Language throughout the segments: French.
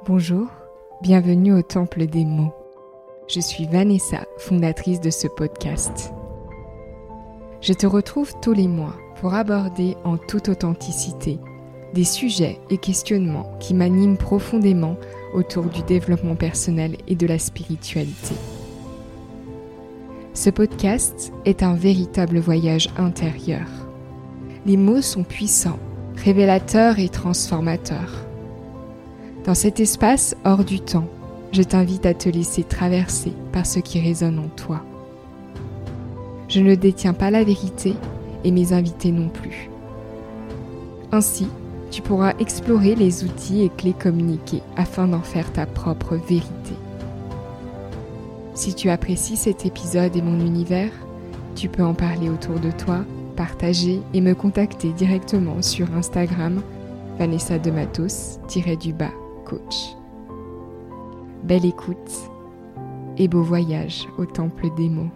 Bonjour, bienvenue au Temple des mots. Je suis Vanessa, fondatrice de ce podcast. Je te retrouve tous les mois pour aborder en toute authenticité des sujets et questionnements qui m'animent profondément autour du développement personnel et de la spiritualité. Ce podcast est un véritable voyage intérieur. Les mots sont puissants, révélateurs et transformateurs. Dans cet espace hors du temps, je t'invite à te laisser traverser par ce qui résonne en toi. Je ne détiens pas la vérité et mes invités non plus. Ainsi, tu pourras explorer les outils et clés communiqués afin d'en faire ta propre vérité. Si tu apprécies cet épisode et mon univers, tu peux en parler autour de toi, partager et me contacter directement sur Instagram Vanessa de Matos-coach. Belle écoute et beau voyage au temple des mots.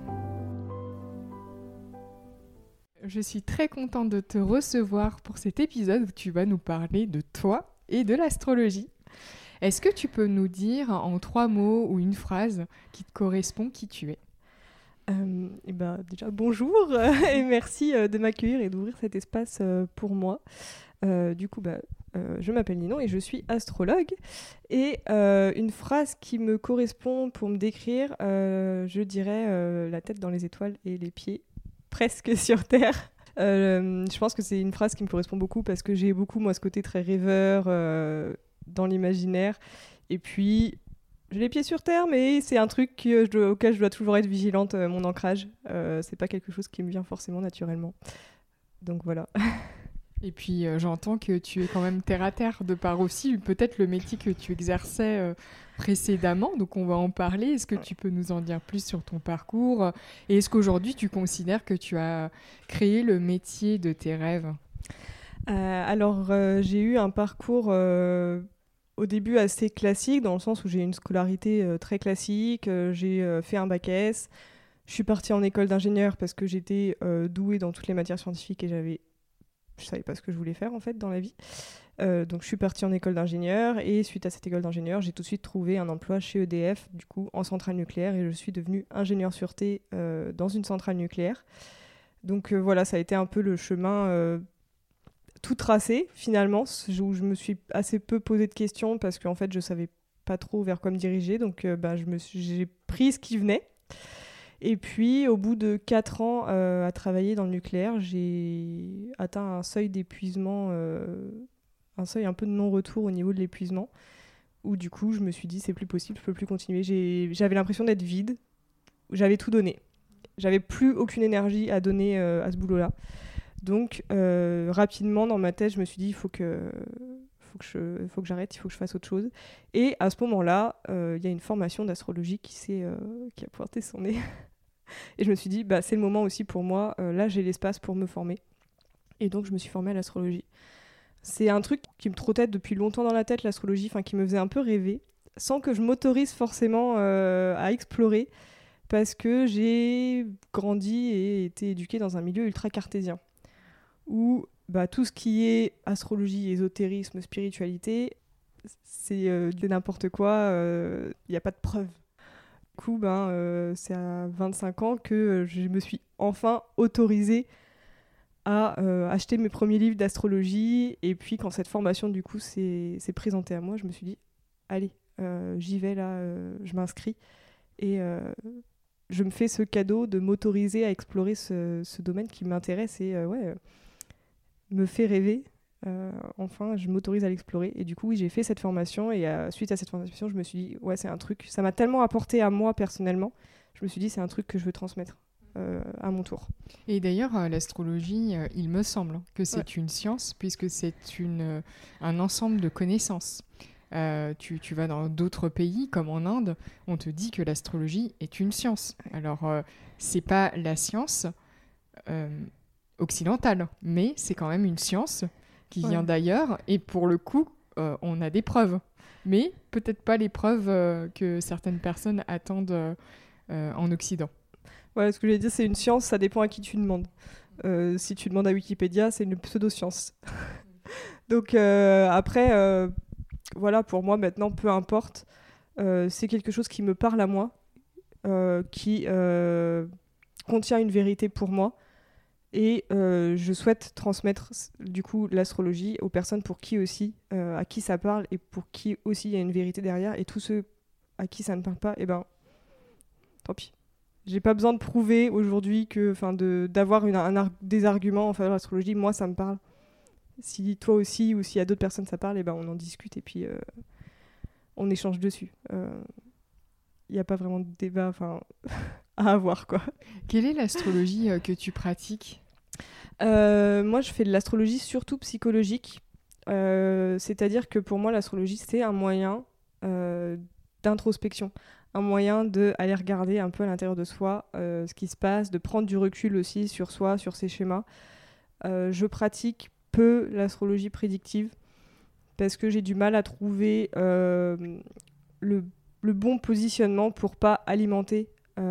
Je suis très contente de te recevoir pour cet épisode où tu vas nous parler de toi et de l'astrologie. Est-ce que tu peux nous dire en 3 mots ou une phrase qui te correspond qui tu es ? Déjà, bonjour et merci de m'accueillir et d'ouvrir cet espace pour moi. Je m'appelle Ninon et je suis astrologue. Et une phrase qui me correspond pour me décrire, je dirais la tête dans les étoiles et les pieds presque sur terre. Je pense que c'est une phrase qui me correspond beaucoup parce que j'ai beaucoup, moi, ce côté très rêveur dans l'imaginaire. Et puis, j'ai les pieds sur terre, mais c'est un truc auquel je dois toujours être vigilante, mon ancrage. C'est pas quelque chose qui me vient forcément naturellement. Donc voilà. Et puis j'entends que tu es quand même terre à terre, de par aussi peut-être le métier que tu exerçais précédemment, donc on va en parler. Est-ce que tu peux nous en dire plus sur ton parcours ? Et est-ce qu'aujourd'hui tu considères que tu as créé le métier de tes rêves ? J'ai eu un parcours au début assez classique, dans le sens où j'ai une scolarité très classique, j'ai fait un bac S, je suis partie en école d'ingénieur parce que j'étais douée dans toutes les matières scientifiques et je savais pas ce que je voulais faire en fait dans la vie. Donc je suis partie en école d'ingénieur et suite à cette école d'ingénieur, j'ai tout de suite trouvé un emploi chez EDF, du coup en centrale nucléaire, et je suis devenue ingénieure sûreté dans une centrale nucléaire. Donc voilà, ça a été un peu le chemin tout tracé finalement, où je me suis assez peu posé de questions parce qu'en fait je savais pas trop vers quoi me diriger, donc j'ai pris ce qui venait. Et puis, au bout de 4 ans à travailler dans le nucléaire, j'ai atteint un seuil d'épuisement, un seuil un peu de non-retour au niveau de l'épuisement, où du coup, je me suis dit, c'est plus possible, je peux plus continuer. J'avais l'impression d'être vide, j'avais tout donné. J'avais plus aucune énergie à donner à ce boulot-là. Donc, rapidement, dans ma tête, je me suis dit, il faut que j'arrête, il faut que je fasse autre chose. Et à ce moment-là, il y a une formation d'astrologie qui a pointé son nez. Et je me suis dit, c'est le moment aussi pour moi. Là, j'ai l'espace pour me former. Et donc, je me suis formée à l'astrologie. C'est un truc qui me trottait depuis longtemps dans la tête, l'astrologie, qui me faisait un peu rêver, sans que je m'autorise forcément à explorer, parce que j'ai grandi et été éduquée dans un milieu ultra cartésien, où tout ce qui est astrologie, ésotérisme, spiritualité, c'est de n'importe quoi, il n'y a pas de preuve. Du coup, c'est à 25 ans que je me suis enfin autorisée à acheter mes premiers livres d'astrologie. Et puis, quand cette formation, du coup, s'est présentée à moi, je me suis dit, allez, j'y vais là, je m'inscris. Et je me fais ce cadeau de m'autoriser à explorer ce domaine qui m'intéresse et me fait rêver. Enfin, je m'autorise à l'explorer. Et du coup, oui, j'ai fait cette formation. Et suite à cette formation, je me suis dit, c'est un truc, ça m'a tellement apporté à moi personnellement. Je me suis dit, c'est un truc que je veux transmettre à mon tour. Et d'ailleurs, l'astrologie, il me semble que c'est une science, puisque c'est un ensemble de connaissances. Tu vas dans d'autres pays, comme en Inde, on te dit que l'astrologie est une science. Alors, c'est pas la science occidentale, mais c'est quand même une science qui vient d'ailleurs, et pour le coup, on a des preuves. Mais peut-être pas les preuves que certaines personnes attendent en Occident. Ouais, ce que j'ai dit, c'est une science, ça dépend à qui tu demandes. Si tu demandes à Wikipédia, c'est une pseudo-science. Donc après, voilà, pour moi maintenant, peu importe. C'est quelque chose qui me parle à moi, qui contient une vérité pour moi. Et je souhaite transmettre du coup l'astrologie aux personnes pour qui aussi, à qui ça parle et pour qui aussi il y a une vérité derrière. Et tous ceux à qui ça ne parle pas, eh ben, tant pis. J'ai pas besoin de prouver aujourd'hui d'avoir des arguments en faveur de l'astrologie. Moi, ça me parle. Si toi aussi ou s'il y a d'autres personnes ça parle, eh ben, on en discute et puis on échange dessus. Il n'y a pas vraiment de débat à avoir, quoi. Quelle est l'astrologie que tu pratiques ? Moi, je fais de l'astrologie surtout psychologique. C'est-à-dire que pour moi, l'astrologie, c'est un moyen d'introspection. Un moyen d'aller regarder un peu à l'intérieur de soi ce qui se passe, de prendre du recul aussi sur soi, sur ses schémas. Je pratique peu l'astrologie prédictive parce que j'ai du mal à trouver le bon positionnement pour pas alimenter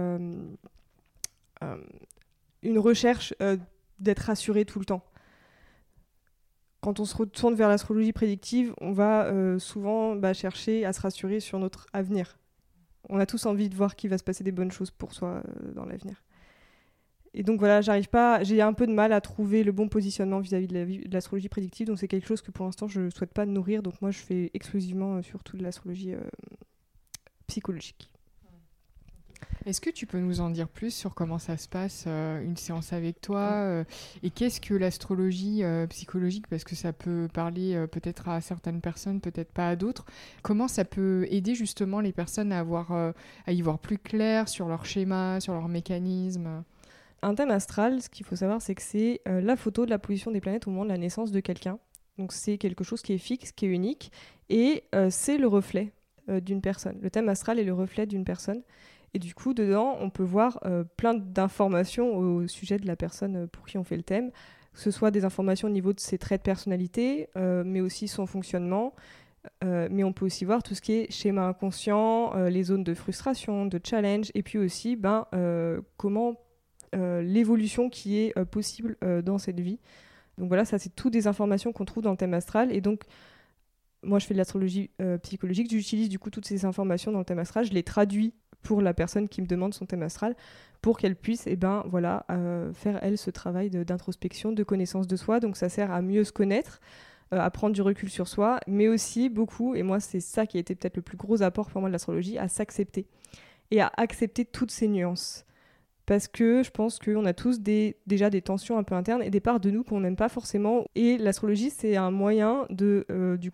une recherche d'être rassuré tout le temps. Quand on se retourne vers l'astrologie prédictive, on va souvent chercher à se rassurer sur notre avenir. On a tous envie de voir qu'il va se passer des bonnes choses pour soi dans l'avenir. Et donc voilà, j'ai un peu de mal à trouver le bon positionnement vis-à-vis de l'astrologie prédictive, donc c'est quelque chose que pour l'instant je ne souhaite pas nourrir, donc moi je fais exclusivement surtout de l'astrologie psychologique. Est-ce que tu peux nous en dire plus sur comment ça se passe, une séance avec toi et qu'est-ce que l'astrologie psychologique, parce que ça peut parler peut-être à certaines personnes, peut-être pas à d'autres. Comment ça peut aider justement les personnes à y voir plus clair sur leur schéma, sur leur mécanisme ? Un thème astral, ce qu'il faut savoir, c'est que c'est la photo de la position des planètes au moment de la naissance de quelqu'un. Donc c'est quelque chose qui est fixe, qui est unique, et c'est le reflet d'une personne. Le thème astral est le reflet d'une personne. Et du coup, dedans, on peut voir plein d'informations au sujet de la personne pour qui on fait le thème, que ce soit des informations au niveau de ses traits de personnalité, mais aussi son fonctionnement. Mais on peut aussi voir tout ce qui est schéma inconscient, les zones de frustration, de challenge, et puis aussi comment l'évolution qui est possible dans cette vie. Donc voilà, ça c'est toutes des informations qu'on trouve dans le thème astral. Et donc, moi je fais de l'astrologie psychologique, j'utilise du coup toutes ces informations dans le thème astral, je les traduis pour la personne qui me demande son thème astral, pour qu'elle puisse faire elle ce travail d'introspection, de connaissance de soi. Donc ça sert à mieux se connaître, à prendre du recul sur soi, mais aussi beaucoup, et moi c'est ça qui a été peut-être le plus gros apport pour moi de l'astrologie, à s'accepter et à accepter toutes ces nuances. Parce que je pense qu'on a tous déjà des tensions un peu internes et des parts de nous qu'on n'aime pas forcément. Et l'astrologie, c'est un moyen de,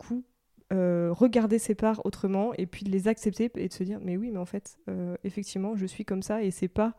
regarder ces parts autrement et puis de les accepter et de se dire mais oui, mais en fait, effectivement, je suis comme ça et c'est pas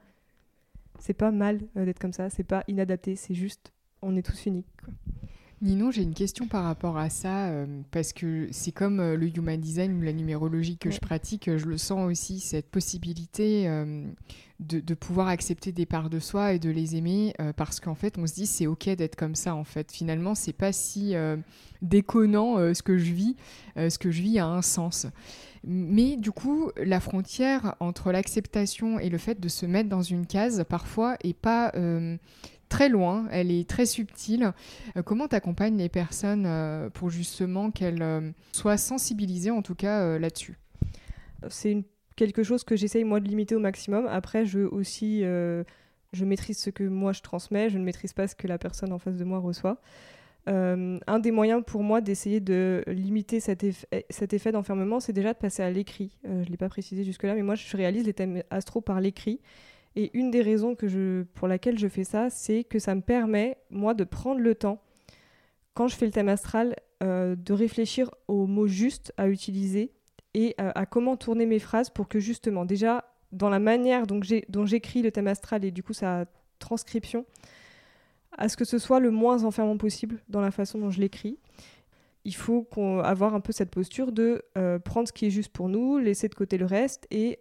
mal d'être comme ça, c'est pas inadapté, c'est juste, on est tous uniques, quoi. Ninon, j'ai une question par rapport à ça, parce que c'est comme le human design ou la numérologie que je pratique, je le sens aussi, cette possibilité de pouvoir accepter des parts de soi et de les aimer, parce qu'en fait, on se dit c'est ok d'être comme ça, en fait. Finalement, c'est pas si déconnant ce que je vis a un sens. Mais du coup, la frontière entre l'acceptation et le fait de se mettre dans une case, parfois, est pas très loin, elle est très subtile. Comment tu accompagnes les personnes pour justement qu'elles soient sensibilisées, en tout cas, là-dessus ? C'est quelque chose que j'essaye, moi, de limiter au maximum. Après, je maîtrise ce que moi, je transmets. Je ne maîtrise pas ce que la personne en face de moi reçoit. Un des moyens pour moi d'essayer de limiter cet effet d'enfermement, c'est déjà de passer à l'écrit. Je ne l'ai pas précisé jusque-là, mais moi, je réalise les thèmes astro par l'écrit. Et une des raisons pour laquelle je fais ça, c'est que ça me permet, moi, de prendre le temps, quand je fais le thème astral, de réfléchir aux mots justes à utiliser et à comment tourner mes phrases pour que justement, déjà, dans la manière dont j'écris le thème astral et du coup sa transcription, à ce que ce soit le moins enfermant possible dans la façon dont je l'écris. Il faut avoir un peu cette posture de prendre ce qui est juste pour nous, laisser de côté le reste et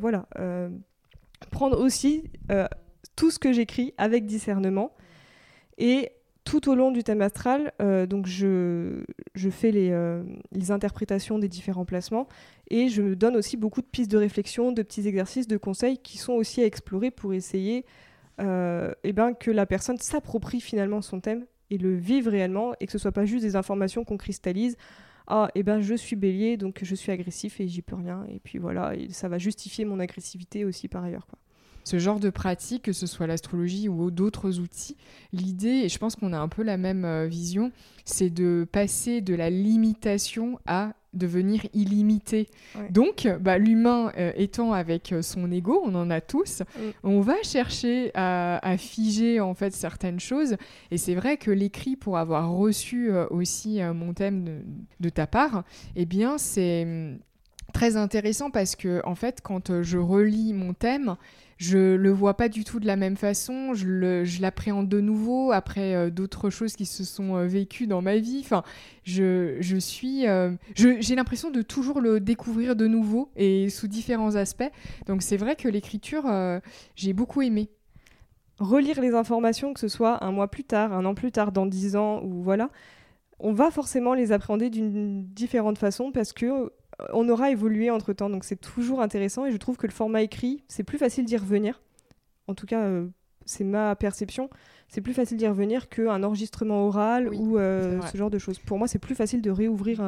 prendre aussi tout ce que j'écris avec discernement. Et tout au long du thème astral, donc je fais les interprétations des différents placements et je me donne aussi beaucoup de pistes de réflexion, de petits exercices, de conseils qui sont aussi à explorer pour essayer que la personne s'approprie finalement son thème et le vive réellement et que ce soit pas juste des informations qu'on cristallise. je suis bélier, donc je suis agressif et j'y peux rien. Et puis voilà, et ça va justifier mon agressivité aussi par ailleurs, quoi. Ce genre de pratique, que ce soit l'astrologie ou d'autres outils, l'idée, et je pense qu'on a un peu la même vision, c'est de passer de la limitation à devenir illimité. Ouais. Donc, l'humain étant avec son ego, on en a tous, on va chercher à figer en fait certaines choses. Et c'est vrai que l'écrit, pour avoir reçu aussi mon thème de ta part, eh bien c'est très intéressant parce que en fait, quand je relis mon thème, je le vois pas du tout de la même façon, je l'appréhende de nouveau après d'autres choses qui se sont vécues dans ma vie. Enfin, j'ai l'impression de toujours le découvrir de nouveau et sous différents aspects. Donc c'est vrai que l'écriture, j'ai beaucoup aimé. Relire les informations, que ce soit un mois plus tard, un an plus tard, dans 10 ans, ou voilà, on va forcément les appréhender d'une différente façon parce que on aura évolué entre-temps, donc c'est toujours intéressant et je trouve que le format écrit, c'est plus facile d'y revenir. En tout cas, c'est ma perception. C'est plus facile d'y revenir qu'un enregistrement oral ou ce genre de choses. Pour moi, c'est plus facile de réouvrir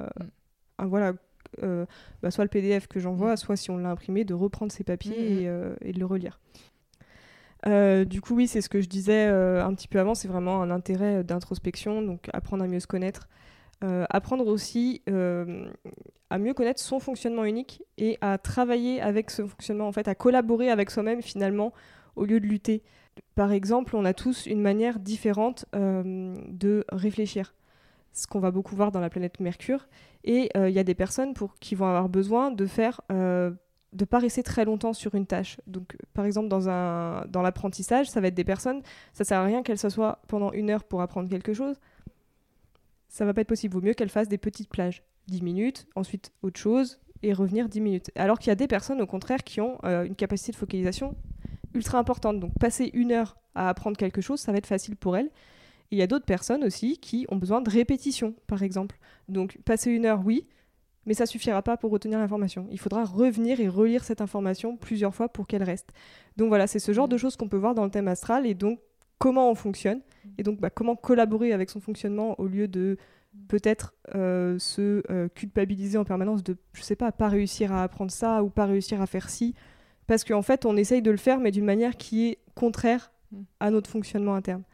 soit le PDF que j'envoie, soit si on l'a imprimé, de reprendre ses papiers et de le relire. Du coup, oui, c'est ce que je disais un petit peu avant, c'est vraiment un intérêt d'introspection, donc apprendre à mieux se connaître. Apprendre aussi à mieux connaître son fonctionnement unique et à travailler avec ce fonctionnement, en fait, à collaborer avec soi-même finalement au lieu de lutter. Par exemple, on a tous une manière différente de réfléchir, ce qu'on va beaucoup voir dans la planète Mercure. Et il y a des personnes qui vont avoir besoin de de pas rester très longtemps sur une tâche. Donc, par exemple, dans l'apprentissage, ça va être des personnes, ça sert à rien qu'elles s'assoient pendant 1 heure pour apprendre quelque chose. Ça va pas être possible. Vaut mieux qu'elles fassent des petites plages. 10 minutes, ensuite autre chose, et revenir 10 minutes. Alors qu'il y a des personnes, au contraire, qui ont une capacité de focalisation ultra importante. Donc, passer 1 heure à apprendre quelque chose, ça va être facile pour elles. Et il y a d'autres personnes aussi qui ont besoin de répétition, par exemple. Donc, passer 1 heure, oui, mais ça suffira pas pour retenir l'information. Il faudra revenir et relire cette information plusieurs fois pour qu'elle reste. Donc voilà, c'est ce genre de choses qu'on peut voir dans le thème astral, et donc comment on fonctionne, et donc comment collaborer avec son fonctionnement au lieu de peut-être se culpabiliser en permanence de, je sais pas réussir à apprendre ça ou pas réussir à faire ci, parce qu'en fait on essaye de le faire mais d'une manière qui est contraire à notre fonctionnement interne.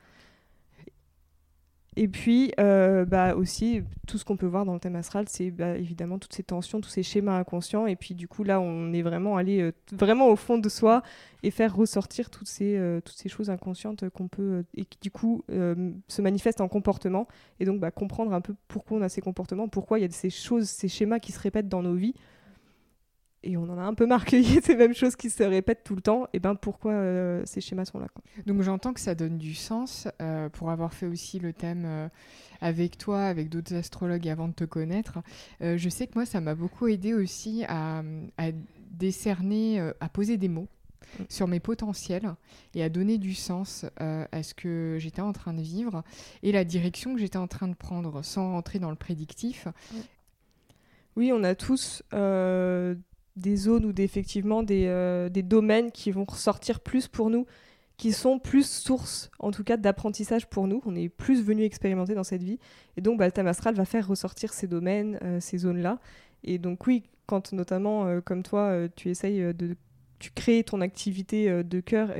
Et puis aussi tout ce qu'on peut voir dans le thème astral, c'est évidemment toutes ces tensions, tous ces schémas inconscients, et puis du coup là on est vraiment allé vraiment au fond de soi et faire ressortir toutes ces choses inconscientes qu'on peut et qui du coup se manifestent en comportement, et donc comprendre un peu pourquoi on a ces comportements, pourquoi il y a ces choses, ces schémas qui se répètent dans nos vies. Et on en a un peu marre qu'il y ait ces mêmes choses qui se répètent tout le temps, et pourquoi ces schémas sont là, quoi. Donc j'entends que ça donne du sens, pour avoir fait aussi le thème avec toi, avec d'autres astrologues avant de te connaître. Je sais que moi, ça m'a beaucoup aidé aussi à décerner, à poser des mots sur mes potentiels et à donner du sens à ce que j'étais en train de vivre et la direction que j'étais en train de prendre, sans rentrer dans le prédictif. Oui, on a tous des zones ou effectivement des domaines qui vont ressortir plus pour nous, qui sont plus source, en tout cas, d'apprentissage pour nous. On est plus venu expérimenter dans cette vie. Et donc, le thème astral va faire ressortir ces domaines, ces zones-là. Et donc, oui, quand notamment, comme toi, tu essayes tu crées ton activité de cœur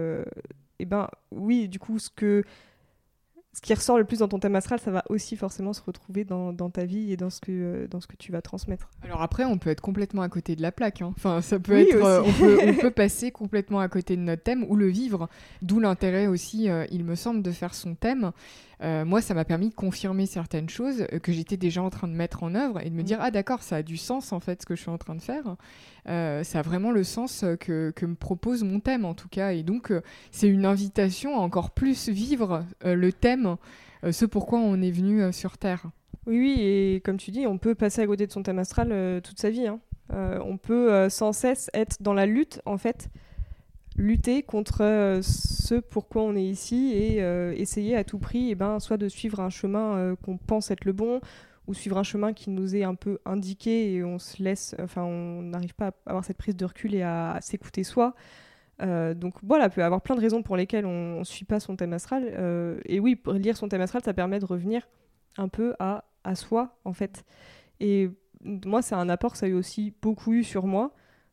oui, du coup, ce qui ressort le plus dans ton thème astral, ça va aussi forcément se retrouver dans ta vie et dans ce que tu vas transmettre. Alors après, on peut être complètement à côté de la plaque. Enfin, ça peut être, on peut passer complètement à côté de notre thème ou le vivre. D'où l'intérêt aussi, il me semble, de faire son thème. Moi, ça m'a permis de confirmer certaines choses que j'étais déjà en train de mettre en œuvre et de me dire, ah d'accord, ça a du sens en fait ce que je suis en train de faire. Ça a vraiment le sens que me propose mon thème en tout cas. Et donc, c'est une invitation à encore plus vivre le thème, ce pourquoi on est venu sur Terre. Oui, et comme tu dis, on peut passer à côté de son thème astral toute sa vie. On peut sans cesse être dans la lutte, en fait, lutter contre ce pourquoi on est ici et essayer à tout prix soit de suivre un chemin qu'on pense être le bon, ou suivre un chemin qui nous est un peu indiqué et on n'arrive pas à avoir cette prise de recul et à s'écouter soi. Donc voilà, il peut y avoir plein de raisons pour lesquelles on ne suit pas son thème astral. Et oui, lire son thème astral, ça permet de revenir un peu à à soi, en fait. Et moi, c'est un apport que ça a eu aussi beaucoup eu sur moi.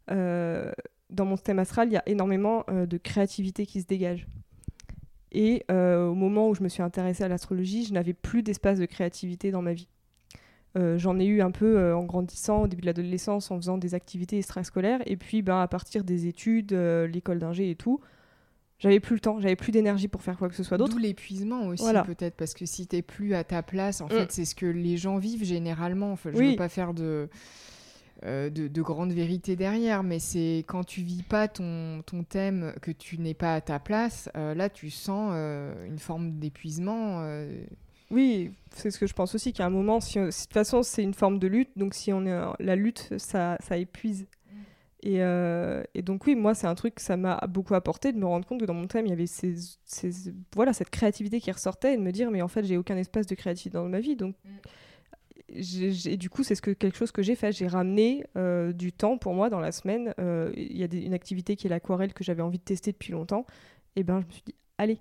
Dans mon thème astral, il y a énormément de créativité qui se dégage. Et au moment où je me suis intéressée à l'astrologie, je n'avais plus d'espace de créativité dans ma vie. J'en ai eu un peu en grandissant, au début de l'adolescence, en faisant des activités extrascolaires. Et puis, à partir des études, l'école d'ingé et tout, j'avais plus le temps, j'avais plus d'énergie pour faire quoi que ce soit d'autre. D'où l'épuisement aussi, Voilà. peut-être, parce que si t'es plus à ta place, en fait, c'est ce que les gens vivent généralement. Enfin, je Oui. veux pas faire de grandes vérités derrière, mais c'est quand tu vis pas ton thème, que tu n'es pas à ta place, là, tu sens une forme d'épuisement. Oui, c'est ce que je pense aussi, qu'à un moment, si de toute façon, c'est une forme de lutte, donc si on est la lutte, ça épuise. Et donc oui, moi, c'est un truc que ça m'a beaucoup apporté de me rendre compte que dans mon thème, il y avait cette créativité qui ressortait et de me dire, mais en fait, j'ai aucun espace de créativité dans ma vie. Donc, et du coup, c'est quelque chose que j'ai fait. J'ai ramené du temps pour moi dans la semaine. Il y a une activité qui est l'aquarelle que j'avais envie de tester depuis longtemps. Et je me suis dit, allez,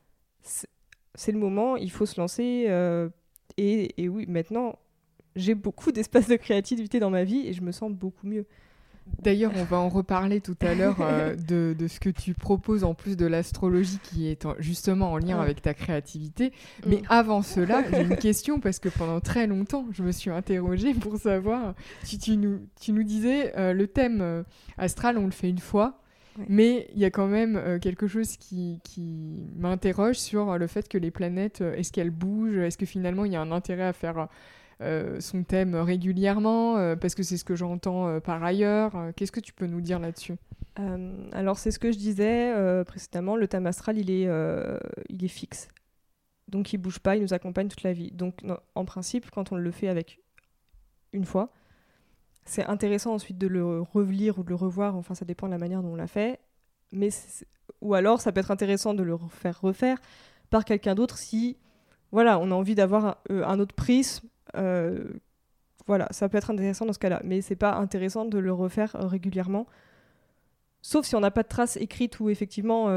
c'est le moment, il faut se lancer. Et oui, maintenant, j'ai beaucoup d'espace de créativité dans ma vie et je me sens beaucoup mieux. D'ailleurs, on va en reparler tout à l'heure de ce que tu proposes en plus de l'astrologie qui est justement en lien avec ta créativité. Mais avant cela, j'ai une question parce que pendant très longtemps, je me suis interrogée pour savoir, tu nous disais, le thème astral, on le fait une fois, mais il y a quand même quelque chose qui m'interroge sur le fait que les planètes, est-ce qu'elles bougent? Est-ce que finalement, il y a un intérêt à faire... son thème régulièrement, parce que c'est ce que j'entends par ailleurs. Qu'est-ce que tu peux nous dire là-dessus ? Alors, c'est ce que je disais précédemment, le thème astral, il est fixe. Donc, il ne bouge pas, il nous accompagne toute la vie. Donc, en principe, quand on le fait avec une fois, c'est intéressant ensuite de le relire ou de le revoir, enfin, ça dépend de la manière dont on l'a fait. Ou alors, ça peut être intéressant de le refaire par quelqu'un d'autre si voilà, on a envie d'avoir un autre prisme. Voilà, ça peut être intéressant dans ce cas-là, mais c'est pas intéressant de le refaire régulièrement, sauf si on n'a pas de traces écrites ou effectivement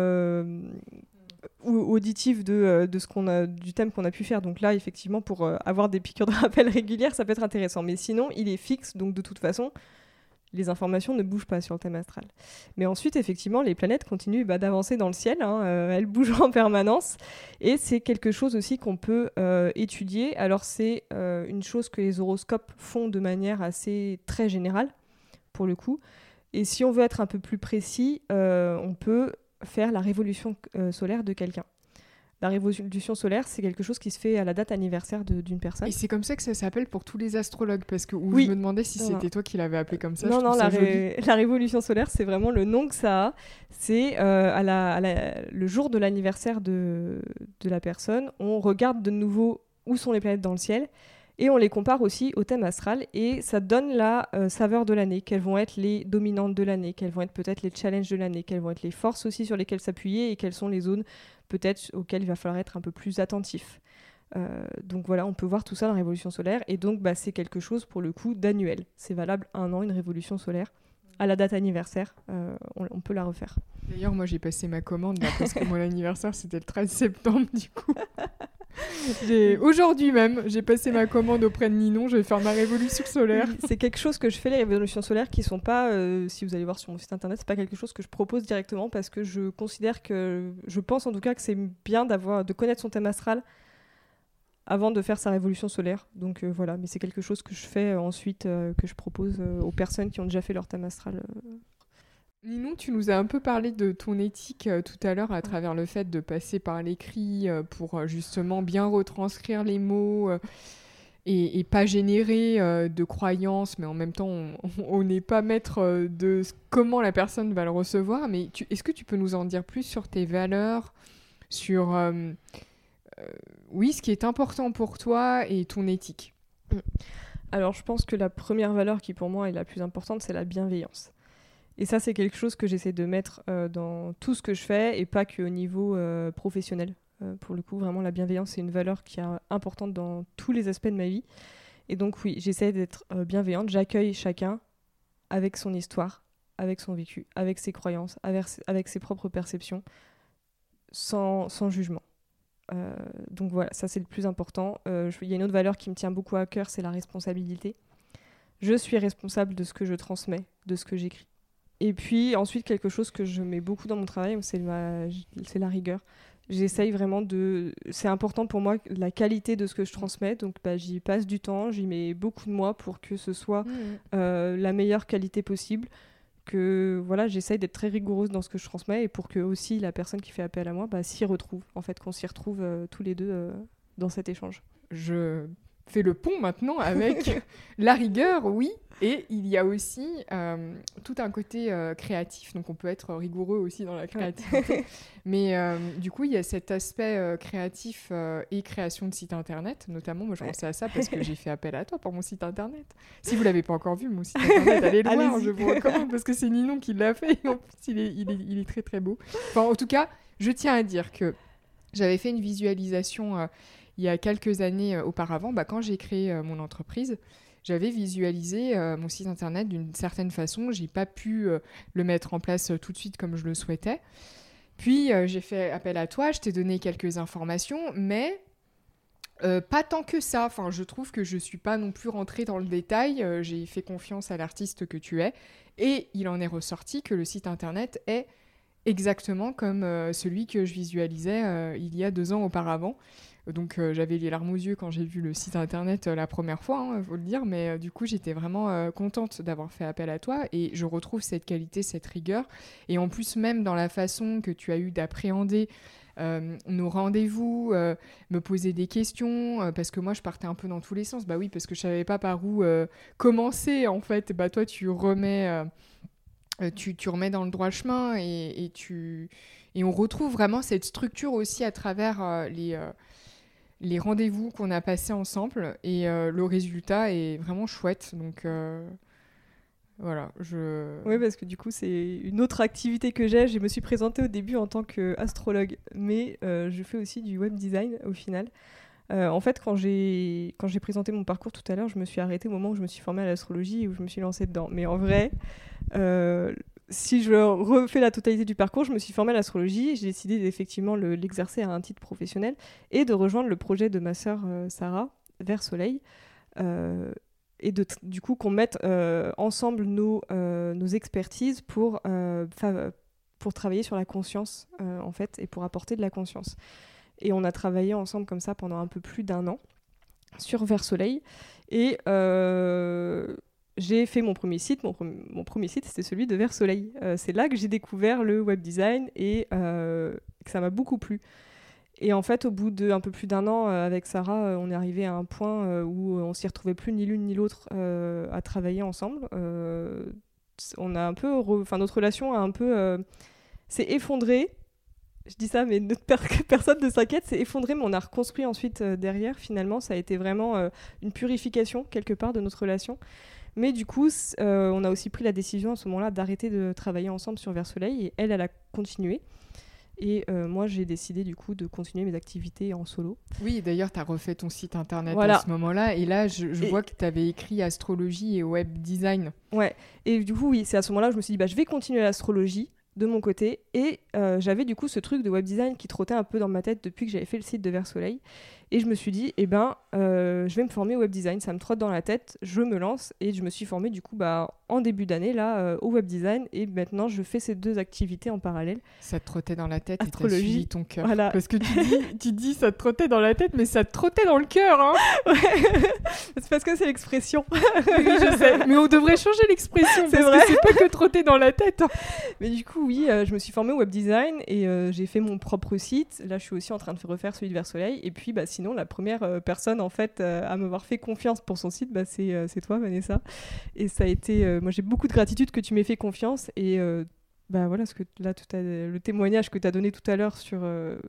ou auditives de du thème qu'on a pu faire. Donc là, effectivement, pour avoir des piqûres de rappel régulières, ça peut être intéressant. Mais sinon, il est fixe, donc de toute façon, les informations ne bougent pas sur le thème astral. Mais ensuite, effectivement, les planètes continuent d'avancer dans le ciel. Elles bougent en permanence. Et c'est quelque chose aussi qu'on peut étudier. Alors, c'est une chose que les horoscopes font de manière assez très générale, pour le coup. Et si on veut être un peu plus précis, on peut faire la révolution solaire de quelqu'un. La révolution solaire, c'est quelque chose qui se fait à la date anniversaire d'une personne. Et c'est comme ça que ça s'appelle pour tous les astrologues, parce que oui. Je me demandais si c'était toi qui l'avais appelé comme ça. Non, la révolution solaire, c'est vraiment le nom que ça a. C'est le jour de l'anniversaire de la personne, on regarde de nouveau où sont les planètes dans le ciel, et on les compare aussi au thème astral, et ça donne la saveur de l'année, quelles vont être les dominantes de l'année, quelles vont être peut-être les challenges de l'année, quelles vont être les forces aussi sur lesquelles s'appuyer, et quelles sont les zones peut-être auxquelles il va falloir être un peu plus attentif. Donc voilà, on peut voir tout ça dans la révolution solaire, et donc c'est quelque chose pour le coup d'annuel. C'est valable 1 an, une révolution solaire. À la date anniversaire, on peut la refaire. D'ailleurs, moi j'ai passé ma commande là, parce que mon anniversaire c'était le 13 septembre du coup. Aujourd'hui même, j'ai passé ma commande auprès de Ninon, je vais faire ma révolution solaire. C'est quelque chose que je fais, les révolutions solaires, qui sont pas, si vous allez voir sur mon site internet, c'est pas quelque chose que je propose directement, parce que je considère je pense en tout cas que c'est bien de connaître son thème astral avant de faire sa révolution solaire. Donc voilà, mais c'est quelque chose que je fais ensuite, que je propose aux personnes qui ont déjà fait leur thème astral. Ninon, tu nous as un peu parlé de ton éthique tout à l'heure à travers le fait de passer par l'écrit pour justement bien retranscrire les mots et pas générer de croyances, mais en même temps on n'est pas maître de comment la personne va le recevoir. Mais est-ce que tu peux nous en dire plus sur tes valeurs, sur ce qui est important pour toi et ton éthique? Alors je pense que la première valeur qui pour moi est la plus importante, c'est la bienveillance. Et ça, c'est quelque chose que j'essaie de mettre dans tout ce que je fais, et pas qu'au niveau professionnel. Pour le coup, vraiment, la bienveillance, c'est une valeur qui est importante dans tous les aspects de ma vie. Et donc oui, j'essaie d'être bienveillante. J'accueille chacun avec son histoire, avec son vécu, avec ses croyances, avec ses propres perceptions, sans jugement. Donc voilà, ça c'est le plus important. Il y a une autre valeur qui me tient beaucoup à cœur, c'est la responsabilité. Je suis responsable de ce que je transmets, de ce que j'écris. Et puis ensuite, quelque chose que je mets beaucoup dans mon travail, c'est la rigueur. J'essaye vraiment de... C'est important pour moi, la qualité de ce que je transmets. Donc j'y passe du temps, j'y mets beaucoup de moi pour que ce soit la meilleure qualité possible. Que voilà, j'essaye d'être très rigoureuse dans ce que je transmets et pour que aussi la personne qui fait appel à moi s'y retrouve. En fait, qu'on s'y retrouve tous les deux dans cet échange. Je fais le pont maintenant avec la rigueur, oui. Et il y a aussi tout un côté créatif, donc on peut être rigoureux aussi dans la créativité. Mais du coup, il y a cet aspect créatif et création de site internet, notamment. Moi, je pensais à ça parce que j'ai fait appel à toi pour mon site internet. Si vous ne l'avez pas encore vu, mon site internet, allez le voir, je vous recommande parce que c'est Ninon qui l'a fait. Et en plus, il est très très beau. Enfin, en tout cas, je tiens à dire que j'avais fait une visualisation il y a quelques années auparavant, quand j'ai créé mon entreprise. J'avais visualisé mon site internet d'une certaine façon. J'ai pas pu le mettre en place tout de suite comme je le souhaitais. Puis j'ai fait appel à toi, je t'ai donné quelques informations, mais pas tant que ça. Enfin, je trouve que je suis pas non plus rentrée dans le détail. J'ai fait confiance à l'artiste que tu es. Et il en est ressorti que le site internet est exactement comme celui que je visualisais il y a 2 ans auparavant. Donc j'avais les larmes aux yeux quand j'ai vu le site internet la première fois, faut le dire, mais du coup j'étais vraiment contente d'avoir fait appel à toi et je retrouve cette qualité, cette rigueur. Et en plus même dans la façon que tu as eu d'appréhender nos rendez-vous, me poser des questions, parce que moi je partais un peu dans tous les sens. Bah oui, parce que je savais pas par où commencer en fait. Bah toi tu remets... tu remets dans le droit chemin et on retrouve vraiment cette structure aussi à travers les rendez-vous qu'on a passés ensemble et le résultat est vraiment chouette. Donc voilà, Oui, parce que du coup, c'est une autre activité que j'ai. Je me suis présentée au début en tant qu'astrologue, mais je fais aussi du web design au final. En fait, quand j'ai présenté mon parcours tout à l'heure, je me suis arrêtée au moment où je me suis formée à l'astrologie et où je me suis lancée dedans. Mais en vrai, si je refais la totalité du parcours, je me suis formée à l'astrologie, j'ai décidé d'effectivement l'exercer à un titre professionnel et de rejoindre le projet de ma sœur Sarah, Vers Soleil, et du coup qu'on mette ensemble nos expertises pour travailler sur la conscience, en fait, et pour apporter de la conscience. Et on a travaillé ensemble comme ça pendant un peu plus d'1 an sur Vers Soleil. Et j'ai fait mon premier site. Mon premier site, c'était celui de Vers Soleil. C'est là que j'ai découvert le web design et que ça m'a beaucoup plu. Et en fait, au bout d'un peu plus d'1 an, avec Sarah, on est arrivé à un point où on s'y retrouvait plus ni l'une ni l'autre à travailler ensemble. On a un peu, notre relation a un peu s'est effondrée. Je dis ça, mais personne ne s'inquiète, c'est effondré, mais on a reconstruit ensuite derrière. Finalement, ça a été vraiment une purification, quelque part, de notre relation. Mais du coup, on a aussi pris la décision à ce moment-là d'arrêter de travailler ensemble sur Vers Soleil. Et elle a continué. Et moi, j'ai décidé du coup de continuer mes activités en solo. Oui, d'ailleurs, tu as refait ton site internet voilà. À ce moment-là. Et là, je vois que tu avais écrit astrologie et web design. Ouais. Et du coup, oui, c'est à ce moment-là que je me suis dit, je vais continuer l'astrologie de mon côté. Et j'avais du coup ce truc de web design qui trottait un peu dans ma tête depuis que j'avais fait le site de Vers Soleil. Et je me suis dit, je vais me former au web design. Ça me trotte dans la tête, je me lance. Et je me suis formée du coup en début d'année là, au web design. Et maintenant, je fais ces 2 activités en parallèle. Ça te trottait dans la tête astrologie, et t'as suivi ton cœur. Voilà. Parce que tu dis ça te trottait dans la tête, mais ça te trottait dans le cœur. Hein. Ouais. C'est parce que c'est l'expression. Oui, je sais. Mais on devrait changer l'expression. C'est parce vrai. que c'est pas que trotter dans la tête. Hein. Mais du coup, oui, je me suis formée au web design et j'ai fait mon propre site. Là, je suis aussi en train de refaire celui de Vers Soleil. Et puis, sinon, la première personne, en fait, à m'avoir fait confiance pour son site, c'est toi, Vanessa. Et ça a été... moi, j'ai beaucoup de gratitude que tu m'aies fait confiance. Et voilà, le témoignage que tu as donné tout à l'heure sur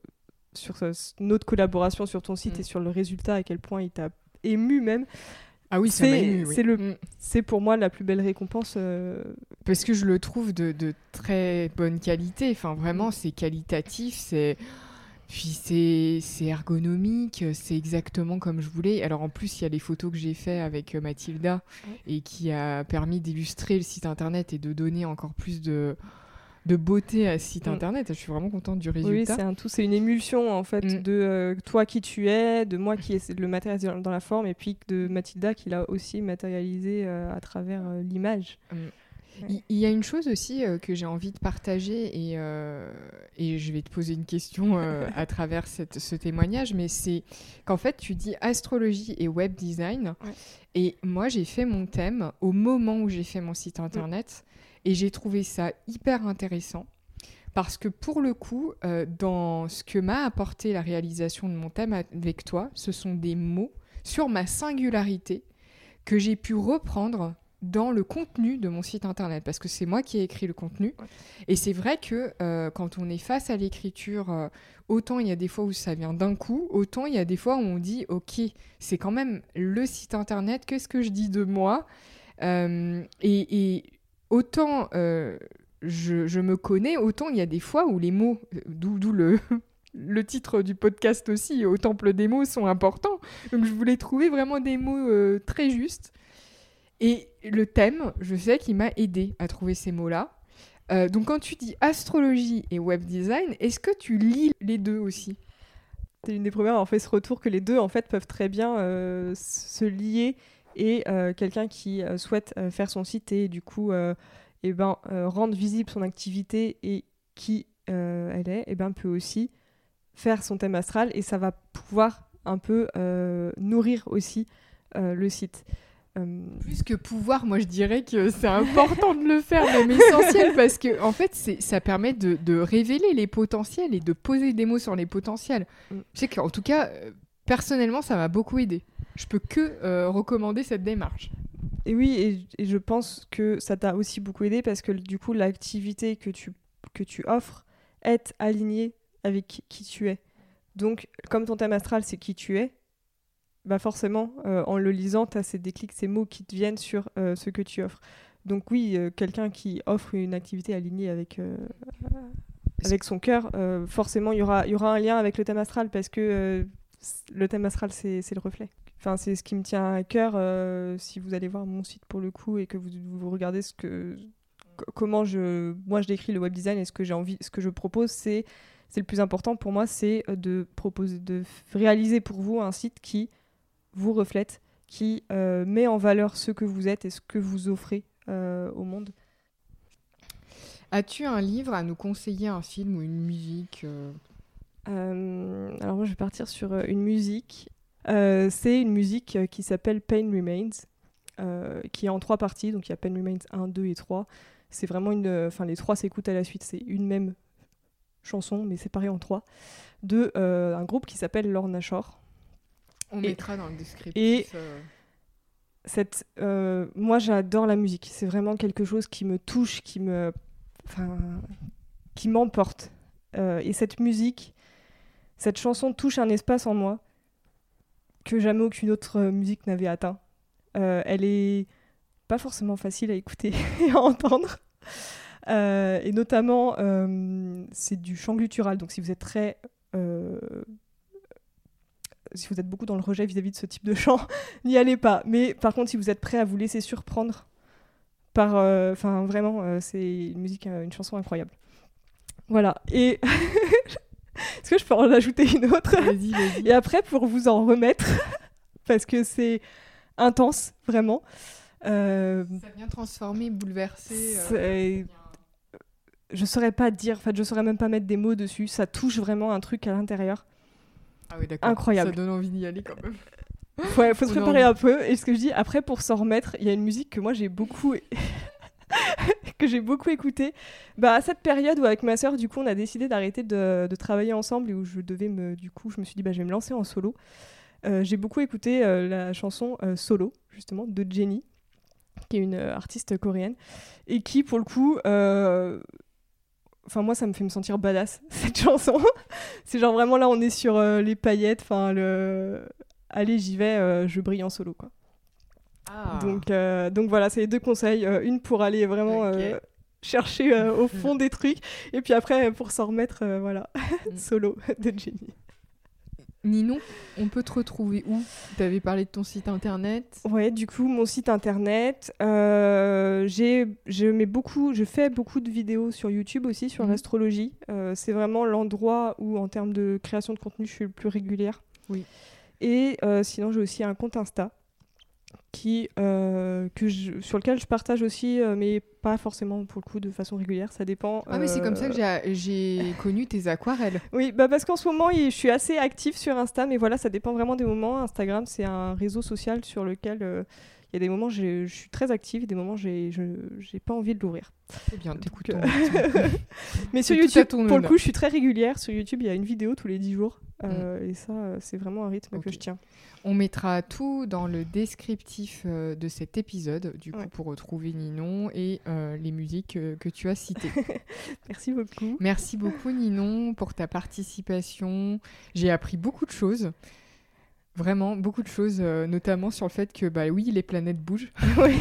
notre collaboration sur ton site et sur le résultat, à quel point il t'a ému même. Ah oui, ça m'a ému, oui. C'est pour moi la plus belle récompense. Parce que je le trouve de très bonne qualité. Enfin, vraiment, c'est qualitatif, puis c'est ergonomique, c'est exactement comme je voulais. Alors en plus, il y a les photos que j'ai faites avec Mathilda et qui a permis d'illustrer le site internet et de donner encore plus de de beauté à ce site internet. Je suis vraiment contente du résultat. Oui, c'est un tout, c'est une émulsion en fait de toi qui tu es, de moi qui essaie de le matérialiser dans la forme, et puis de Mathilda qui l'a aussi matérialisé à travers l'image. Il y a une chose aussi que j'ai envie de partager et je vais te poser une question à travers ce témoignage, mais c'est qu'en fait tu dis astrologie et web design et moi j'ai fait mon thème au moment où j'ai fait mon site internet et j'ai trouvé ça hyper intéressant parce que pour le coup dans ce que m'a apporté la réalisation de mon thème avec toi, ce sont des mots sur ma singularité que j'ai pu reprendre dans le contenu de mon site internet, parce que c'est moi qui ai écrit le contenu. Et c'est vrai que quand on est face à l'écriture, autant il y a des fois où ça vient d'un coup, autant il y a des fois où on dit « Ok, c'est quand même le site internet, qu'est-ce que je dis de moi ?» Et autant je me connais, autant il y a des fois où les mots, d'où le titre du podcast aussi, « Au temple des mots » sont importants. Donc je voulais trouver vraiment des mots très justes. Et le thème, je sais qu'il m'a aidé à trouver ces mots-là. Donc quand tu dis astrologie et web design, est-ce que tu lis les deux aussi ? C'est une des premières à avoir fait ce retour que les deux en fait peuvent très bien se lier et quelqu'un qui souhaite faire son site et du coup rendre visible son activité et qui elle est, peut aussi faire son thème astral et ça va pouvoir un peu nourrir aussi le site. Plus que pouvoir, moi je dirais que c'est important de le faire, même essentiel, parce que en fait ça permet de révéler les potentiels et de poser des mots sur les potentiels. Je sais qu'en tout cas, personnellement, ça m'a beaucoup aidé. Je peux que recommander cette démarche. Et oui, et je pense que ça t'a aussi beaucoup aidé parce que du coup, l'activité que tu offres est alignée avec qui tu es. Donc, comme ton thème astral, c'est qui tu es, forcément, en le lisant, tu as ces déclics, ces mots qui te viennent sur ce que tu offres. Donc oui, quelqu'un qui offre une activité alignée avec son cœur, forcément, il y aura un lien avec le thème astral parce que le thème astral, c'est le reflet. Enfin, c'est ce qui me tient à cœur. Si vous allez voir mon site pour le coup et que vous regardez comment moi je décris le web design et ce que je propose, c'est le plus important pour moi, c'est de réaliser pour vous un site qui vous reflète, qui met en valeur ce que vous êtes et ce que vous offrez au monde. As-tu un livre à nous conseiller, un film ou une musique Alors moi, je vais partir sur une musique. C'est une musique qui s'appelle Pain Remains, qui est en 3 parties. Donc il y a Pain Remains 1, 2 et 3. C'est vraiment les 3 s'écoutent à la suite. C'est une même chanson, mais séparée en 3. De un groupe qui s'appelle Lorna Shore. On mettra dans le descriptif. Et moi, j'adore la musique. C'est vraiment quelque chose qui me touche, qui m'emporte. Et cette musique, cette chanson touche un espace en moi que jamais aucune autre musique n'avait atteint. Elle est pas forcément facile à écouter et à entendre. Et notamment, c'est du chant guttural. Donc si vous êtes si vous êtes beaucoup dans le rejet vis-à-vis de ce type de chant, n'y allez pas. Mais par contre, si vous êtes prêt à vous laisser surprendre par... vraiment, c'est une musique, une chanson incroyable. Voilà. Et est-ce que je peux en ajouter une autre ? Vas-y. Et après, pour vous en remettre, parce que c'est intense, vraiment. Ça vient transformer, bouleverser. Je saurais pas dire, en fait, je saurais même pas mettre des mots dessus. Ça touche vraiment un truc à l'intérieur. Ah oui, d'accord. Incroyable. Ça donne envie d'y aller quand même. Ouais, faut se préparer un peu. Et ce que je dis, après, pour s'en remettre, il y a une musique que moi j'ai beaucoup écoutée. À cette période où avec ma sœur, du coup, on a décidé d'arrêter de travailler ensemble et où je me suis dit, je vais me lancer en solo. J'ai beaucoup écouté la chanson Solo, justement, de Jennie, qui est une artiste coréenne, et qui, pour le coup, moi, ça me fait me sentir badass, cette chanson. C'est genre vraiment là, on est sur les paillettes, allez, j'y vais, je brille en solo, quoi. Ah. Donc voilà, c'est les 2 conseils. Une pour aller vraiment chercher au fond des trucs, et puis après, pour s'en remettre, Solo, de Jennie. Ninon, on peut te retrouver où ? Tu avais parlé de ton site internet. Ouais, du coup, mon site internet, je fais beaucoup de vidéos sur YouTube aussi, sur l'astrologie. C'est vraiment l'endroit où, en termes de création de contenu, je suis le plus régulière. Oui. Et sinon, j'ai aussi un compte Insta sur lequel je partage aussi, mais pas forcément pour le coup de façon régulière, ça dépend. Ah mais c'est comme ça que j'ai connu tes aquarelles. Oui, parce qu'en ce moment, je suis assez active sur Insta, mais voilà, ça dépend vraiment des moments. Instagram, c'est un réseau social sur lequel il y a des moments je suis très active, des moments j'ai pas envie de l'ouvrir. C'est bien, t'écoutes ton Mais sur YouTube, pour le coup, je suis très régulière. Sur YouTube, il y a une vidéo tous les 10 jours. Et ça, c'est vraiment un rythme que je tiens. On mettra tout dans le descriptif de cet épisode, du coup, pour retrouver Ninon et les musiques que tu as citées. Merci beaucoup. Merci beaucoup, Ninon, pour ta participation. J'ai appris beaucoup de choses. Vraiment, beaucoup de choses, notamment sur le fait que, oui, les planètes bougent. Oui.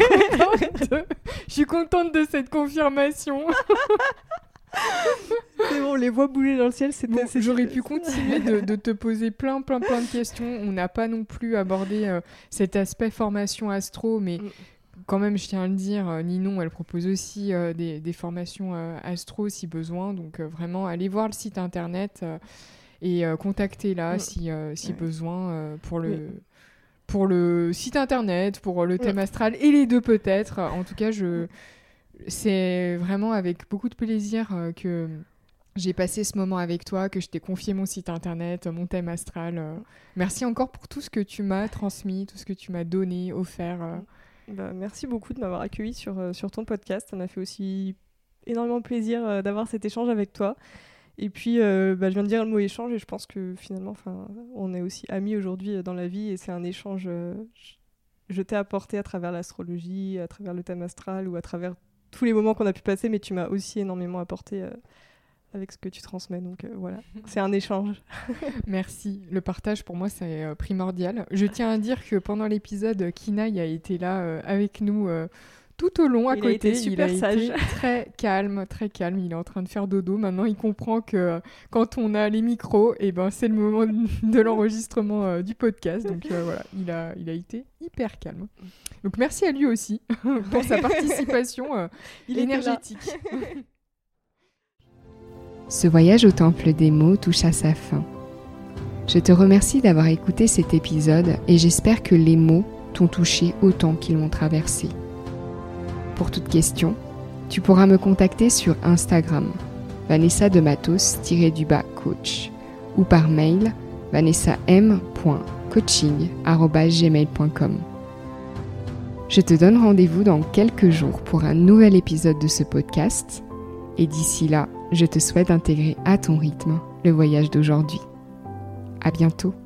Je suis contente de cette confirmation. C'est bon, on les voit bouger dans le ciel. J'aurais pu continuer de te poser plein de questions. On n'a pas non plus abordé cet aspect formation astro, mais quand même, je tiens à le dire, Ninon, elle propose aussi des formations astro si besoin. Donc vraiment, allez voir le site internet et contactez-la si besoin pour le site internet, pour le thème astral et les deux peut-être. En tout cas, c'est vraiment avec beaucoup de plaisir que j'ai passé ce moment avec toi, que je t'ai confié mon site internet, mon thème astral. Merci encore pour tout ce que tu m'as transmis, tout ce que tu m'as donné, offert. Merci beaucoup de m'avoir accueilli sur ton podcast. Ça m'a fait aussi énormément plaisir d'avoir cet échange avec toi. Et puis, je viens de dire le mot échange et je pense que finalement, on est aussi amis aujourd'hui dans la vie et c'est un échange. Je t'ai apporté à travers l'astrologie, à travers le thème astral ou à travers tous les moments qu'on a pu passer, mais tu m'as aussi énormément apporté avec ce que tu transmets. Donc voilà, c'est un échange. Merci. Le partage, pour moi, c'est primordial. Je tiens à dire que pendant l'épisode, Kinaï a été là avec nous tout au long à côté. Il a été super sage. Été très calme. Il est en train de faire dodo. Maintenant, il comprend que quand on a les micros, c'est le moment de l'enregistrement du podcast. Donc voilà, il a été hyper calme. Donc merci à lui aussi pour sa participation énergétique. Ce voyage au temple des mots touche à sa fin. Je te remercie d'avoir écouté cet épisode et j'espère que les mots t'ont touché autant qu'ils m'ont traversé. Pour toute question, tu pourras me contacter sur Instagram, vanessa_de_matos_coach ou par mail vanessam.coaching@gmail.com. Je te donne rendez-vous dans quelques jours pour un nouvel épisode de ce podcast et d'ici là, je te souhaite d'intégrer à ton rythme le voyage d'aujourd'hui. À bientôt.